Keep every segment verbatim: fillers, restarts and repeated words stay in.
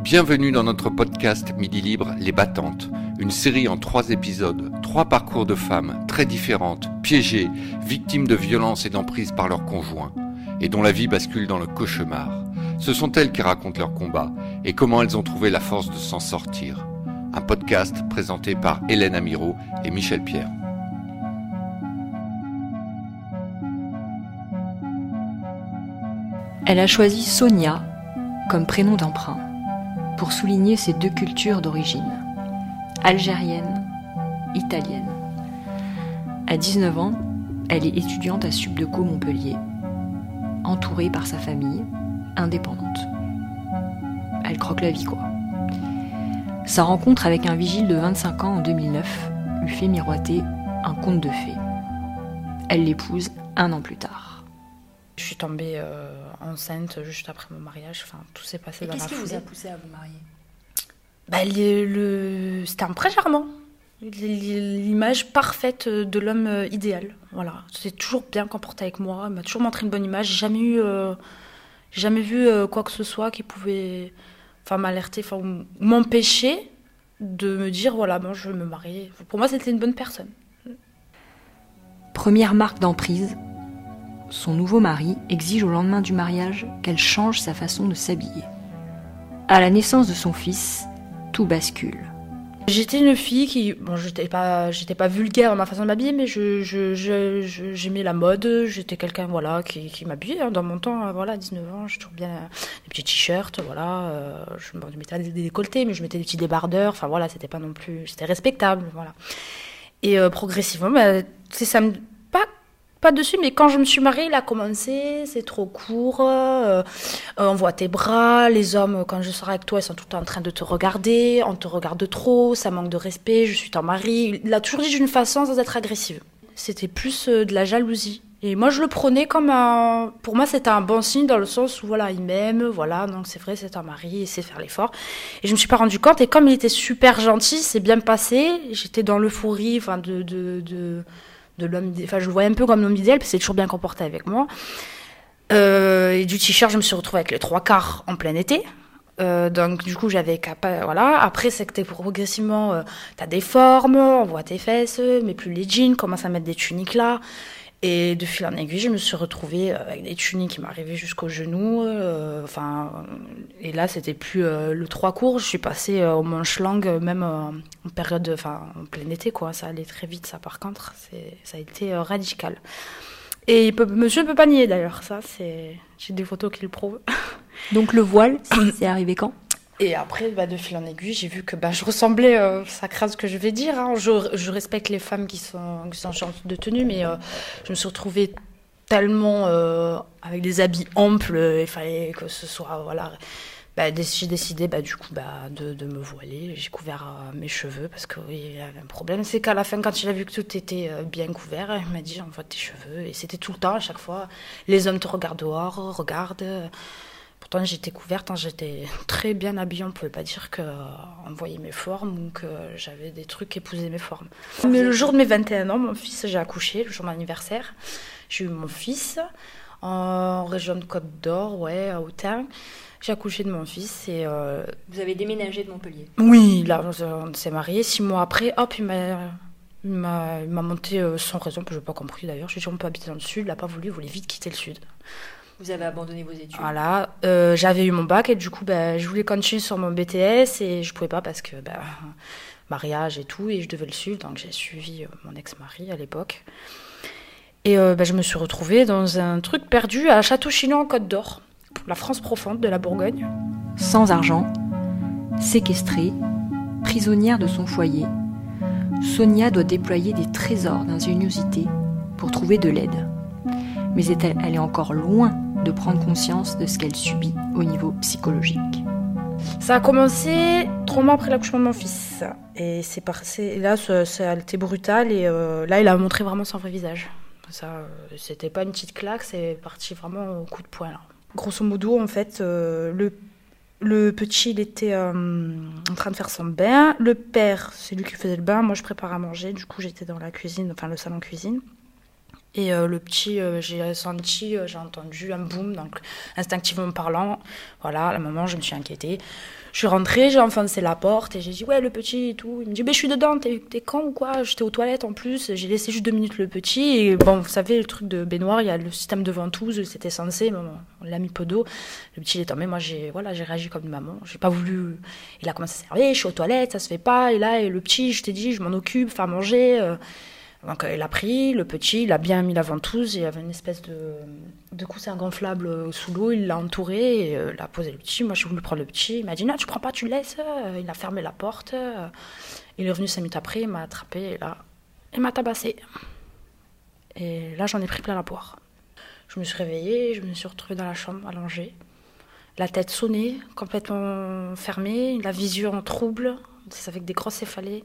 Bienvenue dans notre podcast Midi Libre, Les Battantes, une série en trois épisodes, trois parcours de femmes très différentes, piégées, victimes de violences et d'emprise par leurs conjoints, et dont la vie bascule dans le cauchemar. Ce sont elles qui racontent leurs combats et comment elles ont trouvé la force de s'en sortir. Un podcast présenté par Hélène Amirault et Michel Pierre. Elle a choisi Sonia comme prénom d'emprunt pour souligner ses deux cultures d'origine, algérienne, italienne. À dix-neuf ans, elle est étudiante à Subdeco Montpellier, entourée par sa famille, indépendante. Elle croque la vie, quoi. Sa rencontre avec un vigile de vingt-cinq ans en deux mille neuf lui fait miroiter un conte de fées. Elle l'épouse un an plus tard. Je suis tombée euh, enceinte juste après mon mariage. Enfin, tout s'est passé Et dans la qu'est-ce qui foulée. vous a poussé à vous marier? Bah, le, le... C'était un prince charmant. L'image parfaite de l'homme idéal. Voilà. C'était toujours bien comporté avec moi. Il m'a toujours montré une bonne image. J'ai jamais eu, euh... j'ai jamais vu euh, quoi que ce soit qui pouvait, enfin, m'alerter, enfin, ou m'empêcher de me dire voilà, bon, je veux me marier. Pour moi, c'était une bonne personne. Première marque d'emprise. Son nouveau mari exige au lendemain du mariage qu'elle change sa façon de s'habiller. À la naissance de son fils, tout bascule. J'étais une fille qui, bon, j'étais pas, j'étais pas vulgaire dans ma façon de m'habiller, mais je, je, je, je- j'aimais la mode. J'étais quelqu'un, voilà, qui, qui m'habillait hein, dans mon temps. euh, Voilà, à dix-neuf ans, j'ai toujours bien euh, des petits t-shirts, voilà. euh, je, bon, je mettais pas des décolletés, mais je mettais des petits débardeurs. Enfin voilà, c'était pas non plus, c'était respectable, voilà. Et euh, progressivement, bah, c'est ça me pas pas dessus, mais quand je me suis mariée, il a commencé, c'est trop court, euh, euh, on voit tes bras, les hommes, quand je sors avec toi, ils sont tout le temps en train de te regarder, on te regarde trop, ça manque de respect, je suis ton mari. Il l'a toujours dit d'une façon sans être agressive. C'était plus euh, de la jalousie. Et moi, je le prenais comme un... Pour moi, c'était un bon signe dans le sens où, voilà, il m'aime, voilà, donc c'est vrai, c'est un mari, il sait faire l'effort. Et je me suis pas rendu compte, et comme il était super gentil, c'est bien passé, j'étais dans l'euphorie, enfin, de... de, de de l'homme idéal. Enfin, je le voyais un peu comme l'homme idéal, parce que c'est toujours bien comporté avec moi. Euh, et du t-shirt, je me suis retrouvée avec les trois quarts en plein été. Euh, donc, du coup, j'avais capa... Voilà. Après, c'est que t'es progressivement... Euh, t'as des formes, on voit tes fesses, mais plus les jeans, commence à mettre des tuniques là. Et de fil en aiguille, je me suis retrouvée avec des tuniques qui m'arrivaient jusqu'aux genoux. euh, Enfin, et là, c'était plus euh, le trois court. Je suis passée euh, aux manches longues, même euh, en période, enfin, en plein été, quoi. Ça allait très vite, ça. Par contre, c'est, ça a été euh, radical. Et il peut, monsieur ne peut pas nier, d'ailleurs. Ça, c'est, j'ai des photos qui le prouvent. Donc le voile, c'est arrivé quand ? Et après, bah, de fil en aiguille, j'ai vu que bah, je ressemblais, euh, ça craint ce que je vais dire, hein. je, je respecte les femmes qui sont, qui sont chances de tenue, mais euh, je me suis retrouvée tellement euh, avec des habits amples, il fallait que ce soit, voilà. Bah, dé- j'ai décidé bah, du coup bah, de, de me voiler, j'ai couvert euh, mes cheveux, parce qu'il oui, y avait un problème, c'est qu'à la fin, quand il a vu que tout était euh, bien couvert, il m'a dit, on voit tes cheveux, et c'était tout le temps, à chaque fois, les hommes te regardent dehors, regardent... Pourtant, j'étais couverte, hein, j'étais très bien habillée. On ne pouvait pas dire qu'on voyait mes formes ou que j'avais des trucs qui épousaient mes formes. Mais le jour de mes vingt et un ans, mon fils, j'ai accouché, le jour de mon anniversaire. J'ai eu mon fils en région de Côte d'Or, ouais, à Autun. J'ai accouché de mon fils et... Euh... Vous avez déménagé de Montpellier? Oui, là, on s'est mariés. Six mois après, hop, il m'a... Il m'a, il m'a monté euh, sans raison, que je n'ai pas compris d'ailleurs. J'ai dit on peut habiter dans le sud, il n'a pas voulu, il voulait vite quitter le sud. Vous avez abandonné vos études? Voilà, euh, j'avais eu mon bac et du coup, bah, je voulais continuer sur mon B T S et je pouvais pas parce que bah, mariage et tout, et je devais le suivre, donc j'ai suivi euh, mon ex-mari à l'époque. Et euh, bah, je me suis retrouvée dans un truc perdu à Château-Chinon en Côte d'Or, la France profonde de la Bourgogne. Sans argent, séquestrée, prisonnière de son foyer, Sonia doit déployer des trésors d'ingéniosité pour trouver de l'aide. Mais elle, elle est encore loin de prendre conscience de ce qu'elle subit au niveau psychologique. Ça a commencé trois mois après l'accouchement de mon fils. Et c'est passé, et là, ça, ça a été brutal. Et euh, là, il a montré vraiment son vrai visage. Ça, euh, c'était pas une petite claque, c'est parti vraiment au coup de poing. Là. Grosso modo, en fait, euh, le, le petit, il était euh, en train de faire son bain. Le père, c'est lui qui faisait le bain. Moi, je préparais à manger. Du coup, j'étais dans la cuisine, enfin le salon cuisine. Et euh, le petit, euh, j'ai senti, euh, j'ai entendu un boum, donc instinctivement parlant, voilà, à un moment, je me suis inquiétée. Je suis rentrée, j'ai enfoncé la porte et j'ai dit, ouais, le petit et tout. Il me dit, mais je suis dedans, t'es, t'es con ou quoi? J'étais aux toilettes en plus, j'ai laissé juste deux minutes le petit. Et bon, vous savez, le truc de baignoire, il y a le système de ventouse, c'était censé, bon, on l'a mis peu d'eau. Le petit, il est tombé, moi, j'ai, voilà, j'ai réagi comme une maman. J'ai pas voulu. Il a commencé à servir, je suis aux toilettes, ça se fait pas. Et là, et le petit, je t'ai dit, je m'en occupe, faire manger. Euh, Donc euh, il a pris, le petit, il a bien mis la ventouse, il y avait une espèce de, de coussin gonflable euh, sous l'eau, il l'a entouré, et, euh, il a posé le petit, moi j'ai voulu prendre le petit, il m'a dit non tu prends pas, tu le laisses, euh, il a fermé la porte, euh, il est revenu cinq minutes après, il m'a attrapé et là, il m'a tabassé. Et là j'en ai pris plein la poire. Je me suis réveillée, je me suis retrouvée dans la chambre allongée, la tête sonnée, complètement fermée, la vision trouble, c'est avec des grosses céphalées.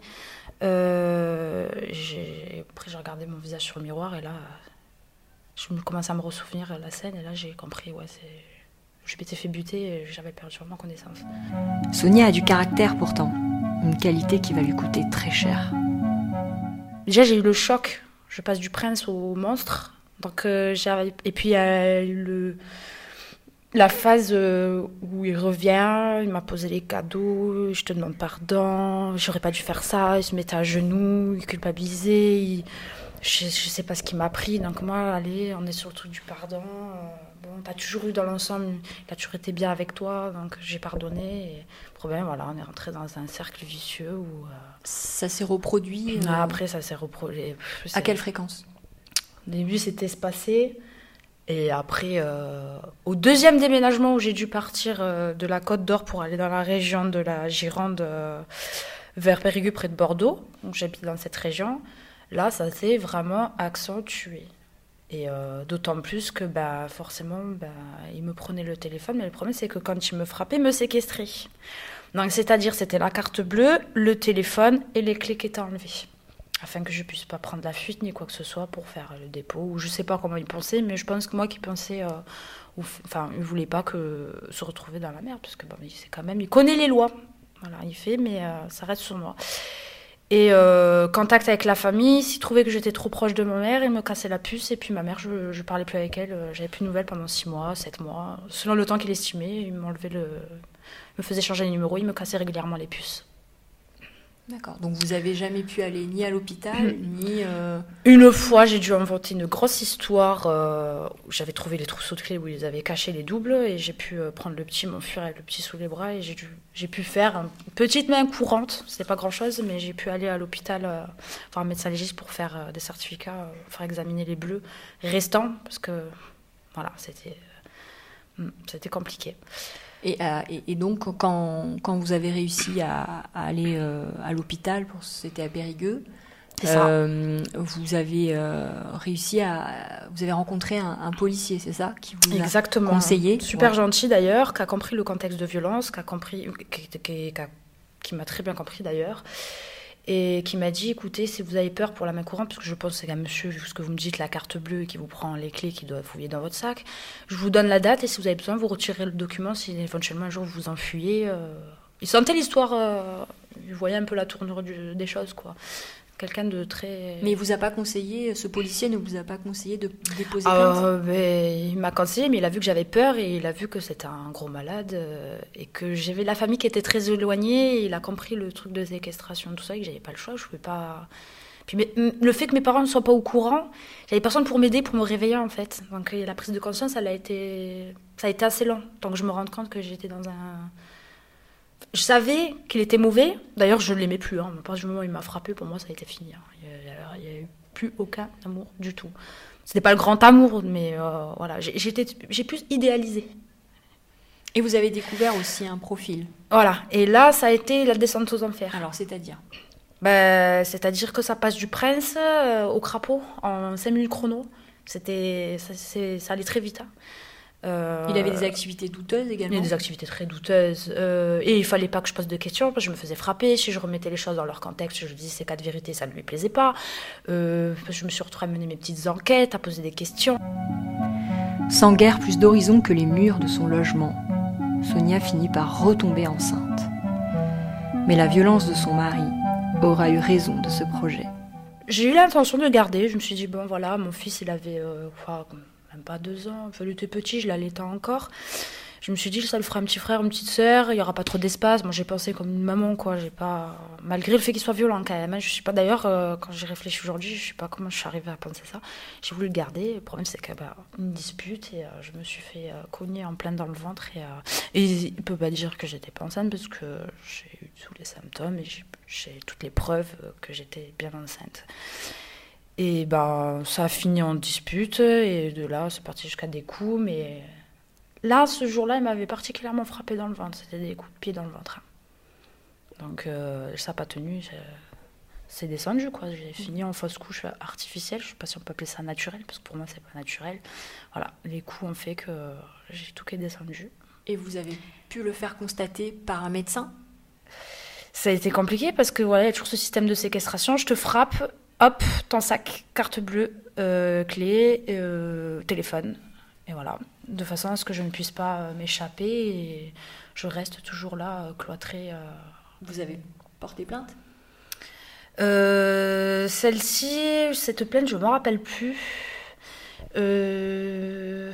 Euh, j'ai, après j'ai regardé mon visage sur le miroir et là je me commençais à me ressouvenir la scène et là j'ai compris, ouais, c'est... je m'étais fait buter et j'avais perdu vraiment connaissance. Sonia a du caractère pourtant, une qualité qui va lui coûter très cher. Déjà j'ai eu le choc, je passe du prince au monstre, donc, euh, j'ai... et puis il y a eu le... la phase euh, où il revient, il m'a posé les cadeaux, je te demande pardon, j'aurais pas dû faire ça, il se mettait à genoux, il culpabilisait, il... Je, je sais pas ce qu'il m'a pris, donc moi, allez, on est sur le truc du pardon, euh, bon, t'as toujours eu dans l'ensemble, il a toujours été bien avec toi, donc j'ai pardonné, et le problème, voilà, on est rentré dans un cercle vicieux où... Euh... Ça s'est reproduit euh... ah, après, ça s'est reproduit. À quelle fréquence? Au début, c'était espacé. Et après, euh, au deuxième déménagement où j'ai dû partir euh, de la Côte d'Or pour aller dans la région de la Gironde, euh, vers Périgueux, près de Bordeaux, donc j'habite dans cette région, là, ça s'est vraiment accentué. Et euh, d'autant plus que bah, forcément, bah, il me prenait le téléphone, mais le problème, c'est que quand il me frappait, il me séquestrait. Donc, c'est-à-dire, c'était la carte bleue, le téléphone et les clés qui étaient enlevées, afin que je puisse pas prendre la fuite ni quoi que ce soit pour faire le dépôt. Ou je sais pas comment il pensait, mais je pense que moi qui pensais, euh, ou, enfin, il voulait pas que se retrouver dans la merde, parce que bon, il sait quand même, il connaît les lois. Voilà, il fait, mais euh, ça reste sur moi. Et euh, contact avec la famille, s'il trouvait que j'étais trop proche de ma mère, il me cassait la puce. Et puis ma mère, je, je parlais plus avec elle. J'avais plus de nouvelles pendant six mois, sept mois, selon le temps qu'il estimait. Il m'enlevait le, il me faisait changer les numéros, il me cassait régulièrement les puces. D'accord, donc vous n'avez jamais pu aller ni à l'hôpital, ni... Euh... Une fois, j'ai dû inventer une grosse histoire euh, où j'avais trouvé les trousseaux de clés où ils avaient caché les doubles et j'ai pu euh, prendre le petit, m'enfuir avec le petit sous les bras et j'ai, dû, j'ai pu faire une petite main courante, c'était pas grand-chose, mais j'ai pu aller à l'hôpital, euh, voir un médecin légiste pour faire euh, des certificats, euh, faire examiner les bleus restants, parce que, voilà, c'était, euh, c'était compliqué. Et, euh, et, et donc, quand, quand vous avez réussi à, à aller euh, à l'hôpital, pour, c'était à Périgueux, euh, vous avez euh, réussi à... Vous avez rencontré un, un policier, c'est ça, qui vous Exactement. a conseillé. Super ouais. gentil d'ailleurs, qui a compris le contexte de violence, qui, a compris, qui, qui, qui, a, qui m'a très bien compris d'ailleurs, et qui m'a dit, écoutez, si vous avez peur pour la main courante, parce que je pense que c'est un monsieur, vu ce que vous me dites, la carte bleue, qui vous prend les clés, qui doit fouiller dans votre sac, je vous donne la date, et si vous avez besoin, vous retirez le document, si éventuellement un jour vous vous enfuyez. Euh... Il sentait l'histoire, euh... il voyait un peu la tournure du... des choses, quoi. Quelqu'un de très... Mais il vous a pas conseillé, ce policier ne vous a pas conseillé de déposer plainte? euh, ben, Il m'a conseillé, mais il a vu que j'avais peur et il a vu que c'était un gros malade euh, et que j'avais la famille qui était très éloignée. Et il a compris le truc de séquestration, tout ça, et que j'avais pas le choix, je pouvais pas... Puis mais, le fait que mes parents ne soient pas au courant, j'avais personne pour m'aider, pour me réveiller en fait. Donc la prise de conscience, elle a été... ça a été assez long, tant que je me rende compte que j'étais dans un... Je savais qu'il était mauvais. D'ailleurs, je ne l'aimais plus. Hein. À partir du moment où il m'a frappé, pour moi, ça a été fini. Hein. Il n'y a, a eu plus aucun amour du tout. Ce n'était pas le grand amour, mais euh, voilà, j'ai, j'étais, j'ai pu idéaliser. Et vous avez découvert aussi un profil. Voilà. Et là, ça a été la descente aux enfers. Alors, c'est-à-dire ben, c'est-à-dire que ça passe du prince euh, au crapaud en cinq minutes chrono. C'était, ça, c'est, ça allait très vite. Hein. Euh, il avait des activités douteuses également. Il y a des activités très douteuses. Euh, et il fallait pas que je pose de questions, parce que je me faisais frapper. Si je remettais les choses dans leur contexte, je disais ces quatre vérités, ça ne lui plaisait pas. Euh, je me suis retrouvée à mener mes petites enquêtes, à poser des questions. Sans guère plus d'horizon que les murs de son logement, Sonia finit par retomber enceinte. Mais la violence de son mari aura eu raison de ce projet. j'ai eu l'intention de le garder. Je me suis dit, bon voilà, mon fils, il avait euh, quoi, même pas deux ans, enfin, il était petit, je l'allaitais encore. Je me suis dit, ça lui fera un petit frère, une petite sœur, il n'y aura pas trop d'espace. Moi, j'ai pensé comme une maman, quoi. J'ai pas... Malgré le fait qu'il soit violent, quand même. Hein. Je suis pas, d'ailleurs, euh, quand j'y réfléchis aujourd'hui, je sais pas comment je suis arrivée à penser ça. J'ai voulu le garder. Le problème, c'est qu'il y a une dispute et euh, je me suis fait euh, cogner en plein dans le ventre. Et, euh, et il ne peut pas dire que j'étais pas enceinte parce que j'ai eu tous les symptômes et j'ai, j'ai toutes les preuves que j'étais bien enceinte. Et ben, ça a fini en dispute et de là, c'est parti jusqu'à des coups, mais... Là, ce jour-là, il m'avait particulièrement frappé dans le ventre. C'était des coups de pied dans le ventre. Donc, euh, ça n'a pas tenu. C'est descendu, quoi. J'ai fini en fausse couche artificielle. Je ne sais pas si on peut appeler ça naturel, parce que pour moi, c'est pas naturel. Voilà, les coups ont fait que j'ai tout qui est descendu. Et vous avez pu le faire constater par un médecin ? Ça a été compliqué, parce que voilà, il y a toujours ce système de séquestration. Je te frappe, hop, ton sac, carte bleue, euh, clé, euh, téléphone. Et voilà, de façon à ce que je ne puisse pas euh, m'échapper et je reste toujours là, euh, cloîtrée. Euh... Vous avez porté plainte ? euh, Celle-ci, cette plainte, je ne m'en rappelle plus. Euh...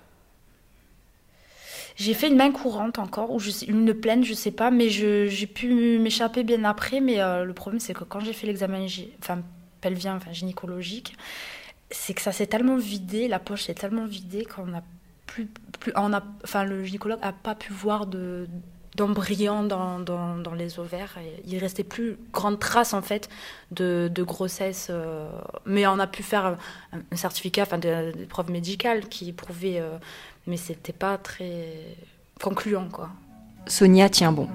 J'ai fait une main courante encore, ou je sais, une plainte, je ne sais pas, mais je, j'ai pu m'échapper bien après. Mais euh, le problème, c'est que quand j'ai fait l'examen g... enfin, pelvien, enfin, gynécologique, c'est que ça s'est tellement vidé, la poche s'est tellement vidée qu'on a plus, plus on a, enfin le gynécologue n'a pas pu voir de, d'embryon dans, dans, dans les ovaires. Et il restait plus grande trace en fait de, de grossesse, euh, mais on a pu faire un, un certificat, enfin des, des preuves médicales qui prouvaient, euh, mais c'était pas très concluant quoi. Sonia tient bon.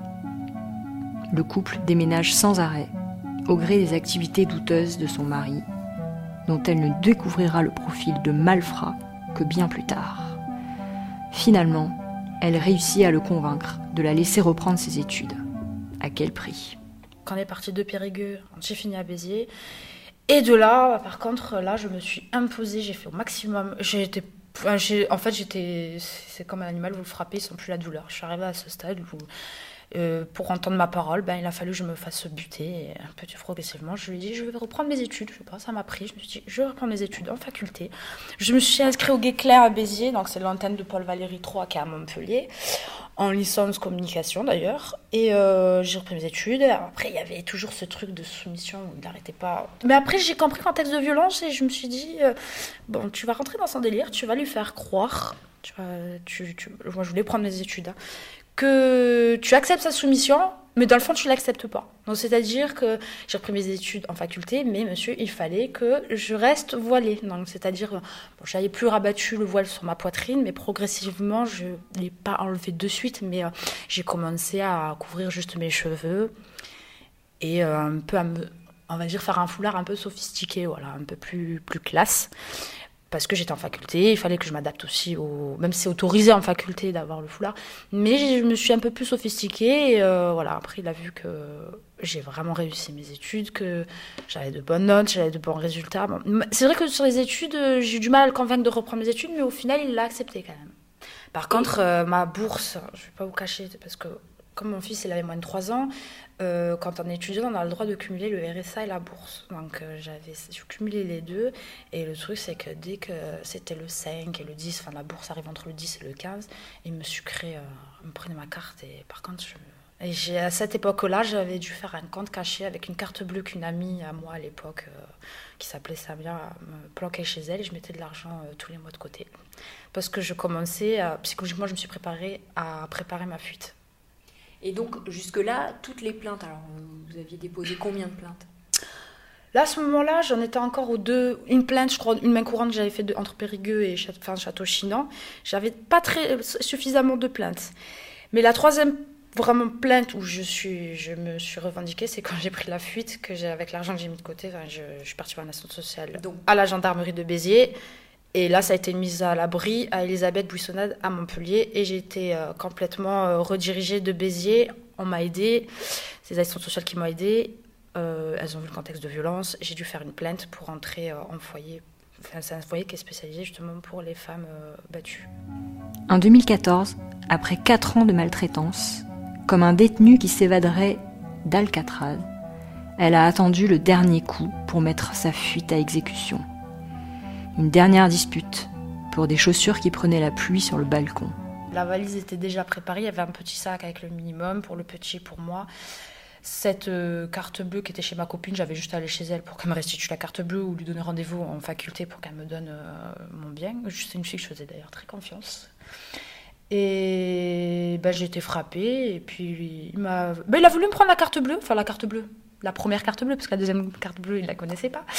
Le couple déménage sans arrêt, au gré des activités douteuses de son mari, dont elle ne découvrira le profil de malfrat que bien plus tard. Finalement, elle réussit à le convaincre de la laisser reprendre ses études. À quel prix ? Quand on est parti de Périgueux, j'ai fini à Béziers. Et de là, par contre, là, je me suis imposée, j'ai fait au maximum. J'ai été, enfin, j'ai, en fait, j'étais, c'est comme un animal, vous le frappez, il ne sent plus la douleur. Je suis arrivée à ce stade où... Euh, pour entendre ma parole, ben, il a fallu que je me fasse buter. Et un peu progressivement, je lui ai dit, je vais reprendre mes études. Je sais pas, ça m'a pris. Je me suis dit, je vais reprendre mes études en faculté. Je me suis inscrite au Guesclin à Béziers, donc c'est l'antenne de Paul Valéry trois qui est à Montpellier, en licence communication d'ailleurs. Et euh, j'ai repris mes études. Après, il y avait toujours ce truc de soumission où il n'arrêtait pas. Mais après, j'ai compris qu'en texte de violence, et je me suis dit, euh, bon, tu vas rentrer dans son délire, tu vas lui faire croire. Tu vas, tu, tu... Moi, je voulais prendre mes études. Hein. Que tu acceptes sa soumission, mais dans le fond, tu ne l'acceptes pas. Donc, c'est-à-dire que j'ai repris mes études en faculté, mais monsieur, il fallait que je reste voilée. Donc, c'est-à-dire, bon, je n'avais plus rabattu le voile sur ma poitrine, mais progressivement, je ne l'ai pas enlevé de suite, mais euh, j'ai commencé à couvrir juste mes cheveux et euh, un peu à me, on va dire, faire un foulard un peu sophistiqué, voilà, un peu plus, plus classe. Parce que j'étais en faculté, il fallait que je m'adapte aussi, au... même si c'est autorisé en faculté d'avoir le foulard. Mais je me suis un peu plus sophistiquée. Et euh, voilà, après, il a vu que j'ai vraiment réussi mes études, que j'avais de bonnes notes, j'avais de bons résultats. Bon, c'est vrai que sur les études, j'ai eu du mal à le convaincre de reprendre mes études, mais au final, il l'a accepté quand même. Par contre, euh, ma bourse, je ne vais pas vous cacher, parce que comme mon fils il avait moins de trois ans, euh, quand on est étudiant, on a le droit de cumuler le R S A et la bourse. Donc euh, j'avais, je cumulais les deux. Et le truc, c'est que dès que c'était le cinq et le dix, enfin la bourse arrive entre le dix et le quinze, il me sucrait, euh, il me prenait ma carte. Et par contre, je, et j'ai, à cette époque-là, j'avais dû faire un compte caché avec une carte bleue qu'une amie à moi à l'époque, euh, qui s'appelait Samia, me planquait chez elle et je mettais de l'argent euh, tous les mois de côté. Parce que je commençais, à, psychologiquement, je me suis préparée à préparer ma fuite. Et donc, jusque-là, toutes les plaintes, alors vous aviez déposé combien de plaintes ? Là, à ce moment-là, j'en étais encore aux deux. Une plainte, je crois, une main courante que j'avais faite entre Périgueux et Château, enfin, Château-Chinon. J'avais pas très, suffisamment de plaintes. Mais la troisième vraiment plainte où je, suis, je me suis revendiquée, c'est quand j'ai pris la fuite, que j'ai, avec l'argent que j'ai mis de côté, enfin, je, je suis partie voir un assistante sociale donc, à la gendarmerie de Béziers. Et là, ça a été une mise à l'abri à Elisabeth Buissonnade à Montpellier. Et j'ai été euh, complètement euh, redirigée de Béziers. On m'a aidée. C'est les assistantes sociales qui m'ont aidée. Euh, elles ont vu le contexte de violence. J'ai dû faire une plainte pour rentrer euh, en foyer. Enfin, c'est un foyer qui est spécialisé justement pour les femmes euh, battues. En deux mille quatorze, après quatre ans de maltraitance, comme un détenu qui s'évaderait d'Alcatraz, elle a attendu le dernier coup pour mettre sa fuite à exécution. Une dernière dispute pour des chaussures qui prenaient la pluie sur le balcon. La valise était déjà préparée, il y avait un petit sac avec le minimum pour le petit, pour moi. Cette euh, carte bleue qui était chez ma copine, j'avais juste à aller chez elle pour qu'elle me restitue la carte bleue ou lui donner rendez-vous en faculté pour qu'elle me donne euh, mon bien. C'est une fille que je faisais d'ailleurs très confiance. Et ben, j'ai été frappée et puis il m'a... Ben, il a voulu me prendre la carte bleue, enfin la carte bleue, la première carte bleue, parce que la deuxième carte bleue, il ne la connaissait pas.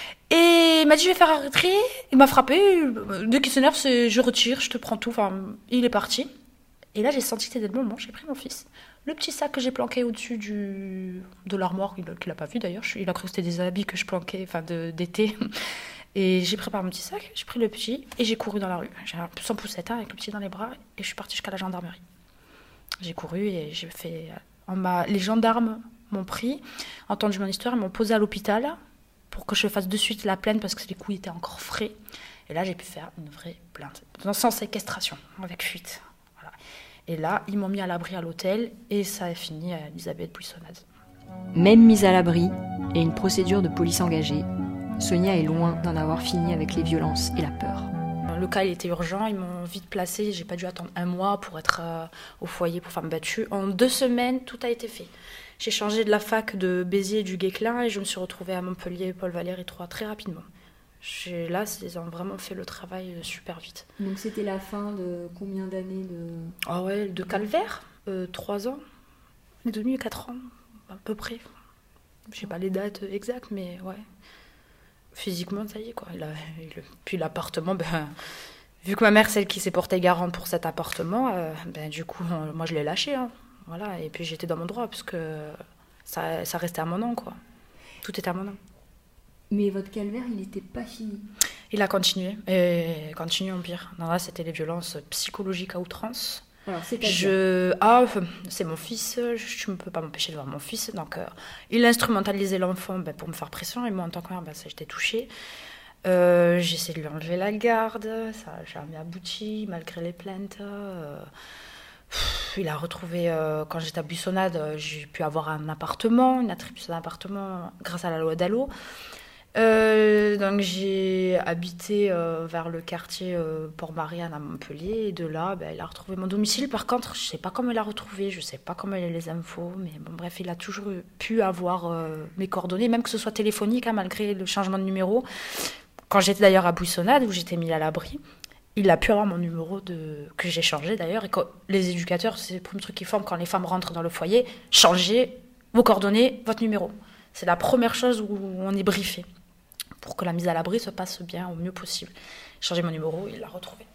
Et il m'a dit, je vais faire un retrait. Il m'a frappé. Dès qu'il s'énerve, c'est je retire, je te prends tout. Enfin, il est parti. Et là, j'ai senti que c'était le moment. J'ai pris mon fils. Le petit sac que j'ai planqué au-dessus du... de l'armoire, qu'il n'a pas vu d'ailleurs. Il a cru que c'était des habits que je planquais, enfin de... d'été. Et j'ai préparé mon petit sac, j'ai pris le petit et j'ai couru dans la rue. J'ai un sans poussette hein, avec le petit dans les bras et je suis partie jusqu'à la gendarmerie. J'ai couru et j'ai fait... On m'a... Les gendarmes m'ont pris, entendu mon histoire, ils m'ont posé à l'hôpital pour que je fasse de suite la plainte parce que les coups étaient encore frais. Et là, j'ai pu faire une vraie plainte. Sans séquestration, avec fuite. Voilà. Et là, ils m'ont mis à l'abri à l'hôtel et ça a fini à Elisabeth Buissonnade. Même mise à l'abri et une procédure de police engagée, Sonia est loin d'en avoir fini avec les violences et la peur. Le cas, il était urgent, ils m'ont vite placée. J'ai pas dû attendre un mois pour être euh, au foyer pour femmes battues. En deux semaines, tout a été fait. J'ai changé de la fac de Béziers et du Guesclin et je me suis retrouvée à Montpellier, Paul Valéry trois très rapidement. J'ai, là, ils ont vraiment fait le travail super vite. Donc c'était la fin de combien d'années de... Ah oh ouais, de calvaire, euh, trois ans, et demi, quatre ans, à peu près. Je sais pas les dates exactes, mais ouais. Physiquement, ça y est, quoi. Il a, il, puis l'appartement, ben, vu que ma mère, celle qui s'est portée garante pour cet appartement, euh, ben, du coup, on, moi, je l'ai lâché. Hein. Voilà. Et puis, j'étais dans mon droit, parce que ça, ça restait à mon nom, quoi. Tout était à mon nom. Mais votre calvaire, il n'était pas fini. Il a continué, et continué en pire. Non, là, c'était les violences psychologiques à outrance. Alors, c'est je... Ah, c'est mon fils, je ne peux pas m'empêcher de voir mon fils. Donc, euh, il instrumentalisait l'enfant ben, pour me faire pression. Et moi, en tant que mère, ben, ça, j'étais touchée. Euh, j'ai essayé de lui enlever la garde. Ça n'a jamais abouti, malgré les plaintes. Euh, pff, il a retrouvé, euh, quand j'étais à Buissonnade, j'ai pu avoir un appartement, une attribution d'un appartement grâce à la loi Dallot. Euh, donc j'ai habité euh, vers le quartier euh, Port-Marianne à Montpellier et de là ben, il a retrouvé mon domicile. Par contre je sais pas comment il a retrouvé, je sais pas comment il a les infos, mais bon bref il a toujours pu avoir euh, mes coordonnées, même que ce soit téléphonique hein, malgré le changement de numéro. Quand j'étais d'ailleurs à Buissonnade où j'étais mis à l'abri, il a pu avoir mon numéro de... que j'ai changé d'ailleurs. Et quand les éducateurs, c'est le premier truc qu'ils font quand les femmes rentrent dans le foyer, changez vos coordonnées, votre numéro. C'est la première chose où on est briefé pour que la mise à l'abri se passe bien au mieux possible. J'ai changé mon numéro, il l'a retrouvé.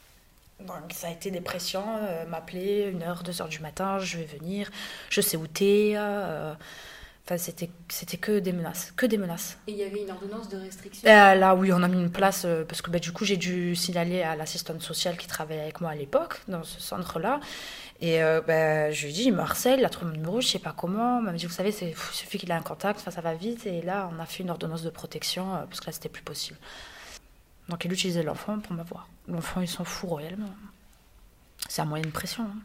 Donc ça a été des pressions, euh, m'appeler une heure, deux heures du matin, je vais venir, je sais où t'es. Euh, enfin, c'était, c'était que des menaces, que des menaces. Et il y avait une ordonnance de restriction euh, Là, oui, on a mis une place, euh, parce que bah, du coup, j'ai dû signaler à l'assistante sociale qui travaillait avec moi à l'époque, dans ce centre-là. Et euh, ben, je lui ai dit, il me harcèle, il a trouvé mon numéro, je ne sais pas comment. Il m'a dit, vous savez, c'est, il suffit qu'il ait un contact, enfin, ça va vite. Et là, on a fait une ordonnance de protection, euh, parce que là, c'était plus possible. Donc, il utilisait l'enfant pour m'avoir. L'enfant, il s'en fout royalement. C'est un moyen de pression. Hein.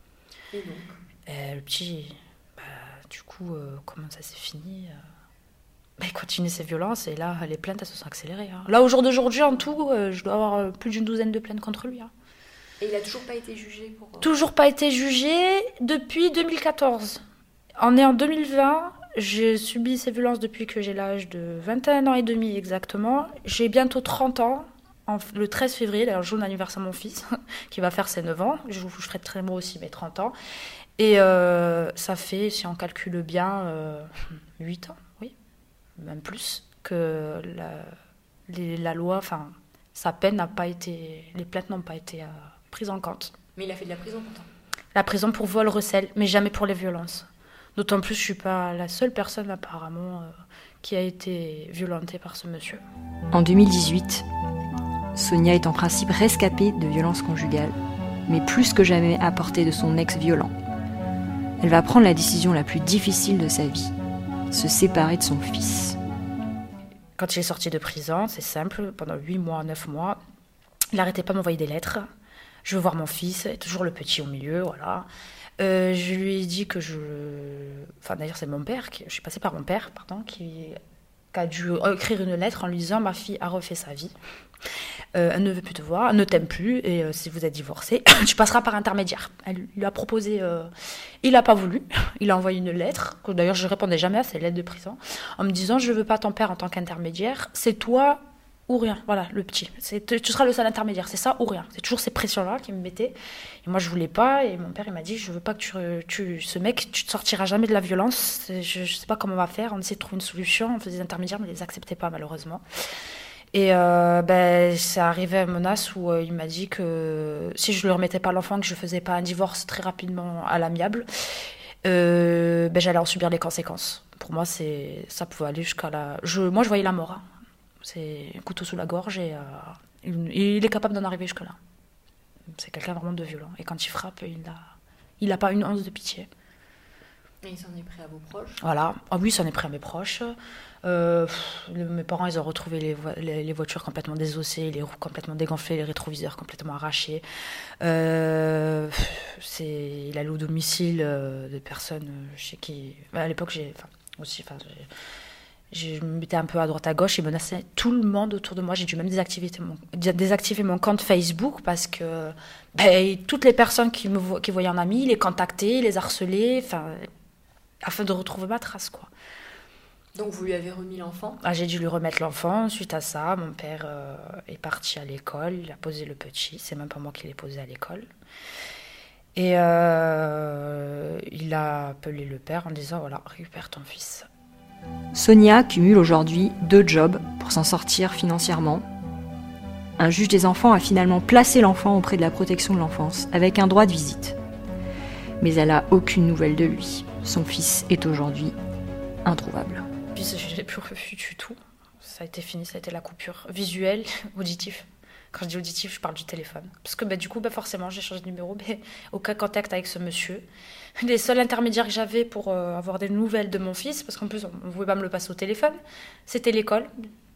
Et donc et le petit, bah, du coup, euh, comment ça s'est fini euh... bah, il continuait ses violences, et là, les plaintes, elles se sont accélérées. Hein. Là, au jour d'aujourd'hui, en tout, euh, je dois avoir plus d'une douzaine de plaintes contre lui. Hein. Et il n'a toujours pas été jugé pour... Toujours pas été jugé depuis deux mille quatorze. On est en deux mille vingt. J'ai subi ces violences depuis que j'ai l'âge de vingt et un ans et demi exactement. J'ai bientôt trente ans. En, le treize février, d'ailleurs, le jour d'anniversaire de mon fils, qui va faire ses neuf ans. Je, je ferai très moi aussi mes trente ans. Et euh, ça fait, si on calcule bien, euh, huit ans, oui, même plus, que la, les, la loi, enfin, sa peine n'a pas été... Les plaintes n'ont pas été... Euh, prise en compte. Mais il a fait de la prison pourtant. La prison pour vol, recel, mais jamais pour les violences. D'autant plus, je ne suis pas la seule personne apparemment euh, qui a été violentée par ce monsieur. En deux mille dix-huit, Sonia est en principe rescapée de violences conjugales, mais plus que jamais à portée de son ex violent. Elle va prendre la décision la plus difficile de sa vie, se séparer de son fils. Quand il est sorti de prison, c'est simple, pendant huit mois, neuf mois, il n'arrêtait pas de m'envoyer des lettres. Je veux voir mon fils, toujours le petit au milieu, voilà. Euh, je lui ai dit que je... enfin d'ailleurs c'est mon père, qui, je suis passée par mon père, pardon, qui, qui a dû écrire une lettre en lui disant « Ma fille a refait sa vie, euh, elle ne veut plus te voir, elle ne t'aime plus, et euh, si vous êtes divorcés, tu passeras par intermédiaire. » Elle lui a proposé, euh, il n'a pas voulu, il a envoyé une lettre, que d'ailleurs je ne répondais jamais à ces lettres de prison, en me disant « Je ne veux pas ton père en tant qu'intermédiaire, c'est toi... » ou rien, voilà, le petit. C'est, tu seras le seul intermédiaire, c'est ça ou rien. C'est toujours ces pressions-là qui me mettaient. Et moi, je voulais pas. Et mon père, il m'a dit, je veux pas que tu, tu ce mec, tu te sortiras jamais de la violence. Je, je sais pas comment on va faire. On essaie de trouver une solution. On faisait des intermédiaires, mais ils les acceptaient pas, malheureusement. Et euh, ben, ça arrivait à une menace où euh, il m'a dit que si je ne lui remettais pas l'enfant, que je faisais pas un divorce très rapidement à l'amiable, euh, ben, j'allais en subir les conséquences. Pour moi, c'est, ça pouvait aller jusqu'à la... Je, moi, je voyais la mort. Hein. C'est un couteau sous la gorge et euh, il, il est capable d'en arriver jusque-là. C'est quelqu'un vraiment de violent. Et quand il frappe, il n'a il a pas une once de pitié. Et il s'en est pris à vos proches ? Voilà. Ah oui, il s'en est pris à mes proches. Euh, pff, le, mes parents, ils ont retrouvé les, vo- les, les voitures complètement désossées, les roues complètement dégonflées, les rétroviseurs complètement arrachés. Euh, c'est, il allait au domicile euh, de personnes chez qui... À l'époque, j'ai... Enfin, aussi... Enfin, j'ai, je me mettais un peu à droite à gauche et menaçais tout le monde autour de moi. J'ai dû même désactiver mon, désactiver mon compte Facebook parce que ben, toutes les personnes qui me vo- qui voyaient un ami, les contactaient, les harcelaient, afin de retrouver ma trace, quoi. Donc vous lui avez remis l'enfant ? Ah, j'ai dû lui remettre l'enfant. Suite à ça, mon père euh, est parti à l'école, il a posé le petit. C'est même pas moi qui l'ai posé à l'école. Et euh, il a appelé le père en disant, voilà, récupère ton fils. Sonia cumule aujourd'hui deux jobs pour s'en sortir financièrement. Un juge des enfants a finalement placé l'enfant auprès de la protection de l'enfance avec un droit de visite. Mais elle n'a aucune nouvelle de lui. Son fils est aujourd'hui introuvable. Puis je l'ai plus revu du tout. Ça a été fini, ça a été la coupure visuelle, auditif. Quand je dis auditif, je parle du téléphone. Parce que bah, du coup, bah, forcément, j'ai changé de numéro, mais aucun contact avec ce monsieur. Les seuls intermédiaires que j'avais pour euh, avoir des nouvelles de mon fils, parce qu'en plus, on ne pouvait pas me le passer au téléphone, c'était l'école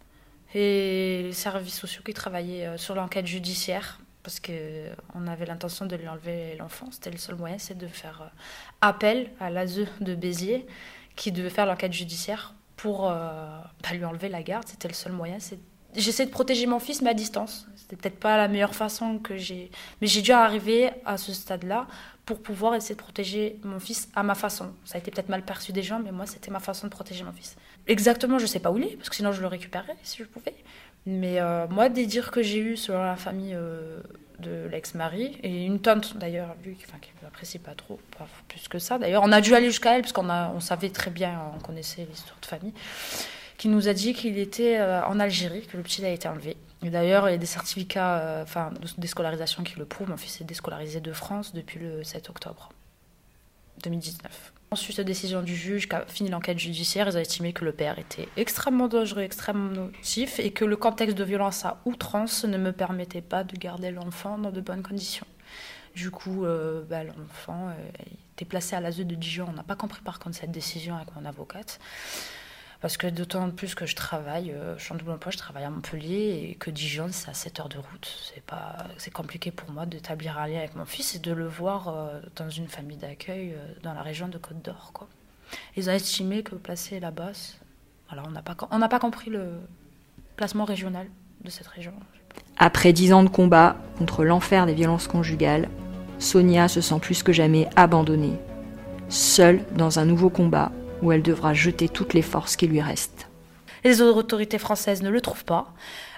et les services sociaux qui travaillaient euh, sur l'enquête judiciaire, parce qu'on avait l'intention de lui enlever l'enfant. C'était le seul moyen, c'est de faire euh, appel à l'A S E de Béziers, qui devait faire l'enquête judiciaire pour euh, bah, lui enlever la garde. C'était le seul moyen. C'est... J'essaie de protéger mon fils, mais à distance. C'était peut-être pas la meilleure façon que j'ai... Mais j'ai dû arriver à ce stade-là pour pouvoir essayer de protéger mon fils à ma façon. Ça a été peut-être mal perçu des gens, mais moi, c'était ma façon de protéger mon fils. Exactement, je sais pas où il est, parce que sinon je le récupérerais si je pouvais. Mais euh, moi, des dires que j'ai eus selon la famille euh, de l'ex-mari, et une tante d'ailleurs, lui, enfin, qui ne m'apprécie pas trop, pas plus que ça. D'ailleurs, on a dû aller jusqu'à elle, parce qu'on a, on savait très bien, on connaissait l'histoire de famille, qui nous a dit qu'il était euh, en Algérie, que le petit a été enlevé. Et d'ailleurs, il y a des certificats euh, enfin, de déscolarisation qui le prouvent. Mon fils est déscolarisé de France depuis le sept octobre deux mille dix-neuf. Ensuite, la décision du juge qui a fini l'enquête judiciaire, ils ont estimé que le père était extrêmement dangereux, extrêmement nocif, et que le contexte de violence à outrance ne me permettait pas de garder l'enfant dans de bonnes conditions. Du coup, euh, bah, l'enfant euh, était placé à l'A S E de Dijon. On n'a pas compris par contre cette décision avec mon avocate. Parce que d'autant plus que je travaille, euh, je suis en double emploi, je travaille à Montpellier, et que Dijon, c'est à sept heures de route. C'est, pas, c'est compliqué pour moi d'établir un lien avec mon fils et de le voir euh, dans une famille d'accueil euh, dans la région de Côte d'Or, quoi. Ils ont estimé que placer là-bas, voilà, on n'a pas, on n'a pas compris le placement régional de cette région. Après dix ans de combat contre l'enfer des violences conjugales, Sonia se sent plus que jamais abandonnée, seule dans un nouveau combat où elle devra jeter toutes les forces qui lui restent. Les autorités françaises ne le trouvent pas,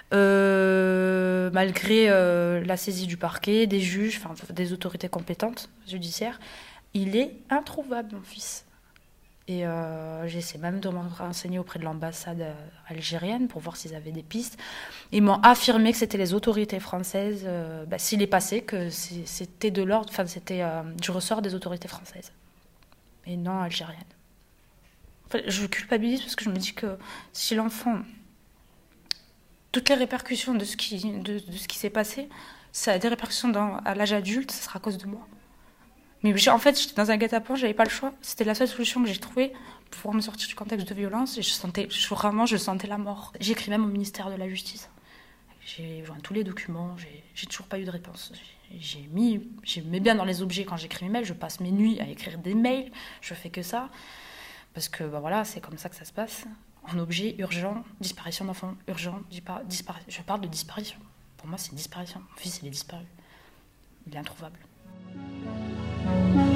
euh, malgré euh, la saisie du parquet, des juges, enfin des autorités compétentes judiciaires. Il est introuvable, mon fils. Et euh, j'essaie même de me renseigner auprès de l'ambassade algérienne pour voir s'ils avaient des pistes. Ils m'ont affirmé que c'était les autorités françaises, euh, bah, s'il est passé, que c'était de l'ordre, enfin c'était euh, du ressort des autorités françaises et non algériennes. Je culpabilise parce que je me dis que si l'enfant, toutes les répercussions de ce qui, de, de ce qui s'est passé, ça a des répercussions dans, à l'âge adulte, ça sera à cause de moi. Mais en fait, j'étais dans un guet-apens, j'avais pas le choix. C'était la seule solution que j'ai trouvée pour pouvoir me sortir du contexte de violence. Et je sentais, je, vraiment, je sentais la mort. J'ai écrit même au ministère de la Justice. J'ai joint tous les documents, j'ai, j'ai toujours pas eu de réponse. J'ai, j'ai mis, j'ai mis bien dans les objets quand j'écris mes mails, je passe mes nuits à écrire des mails, je fais que ça. Parce que bah, voilà, c'est comme ça que ça se passe. En objet urgent, disparition d'enfant. Urgent, dispar- dispari- je parle de disparition. Pour moi, c'est une disparition. Mon fils, il est disparu. Il est introuvable.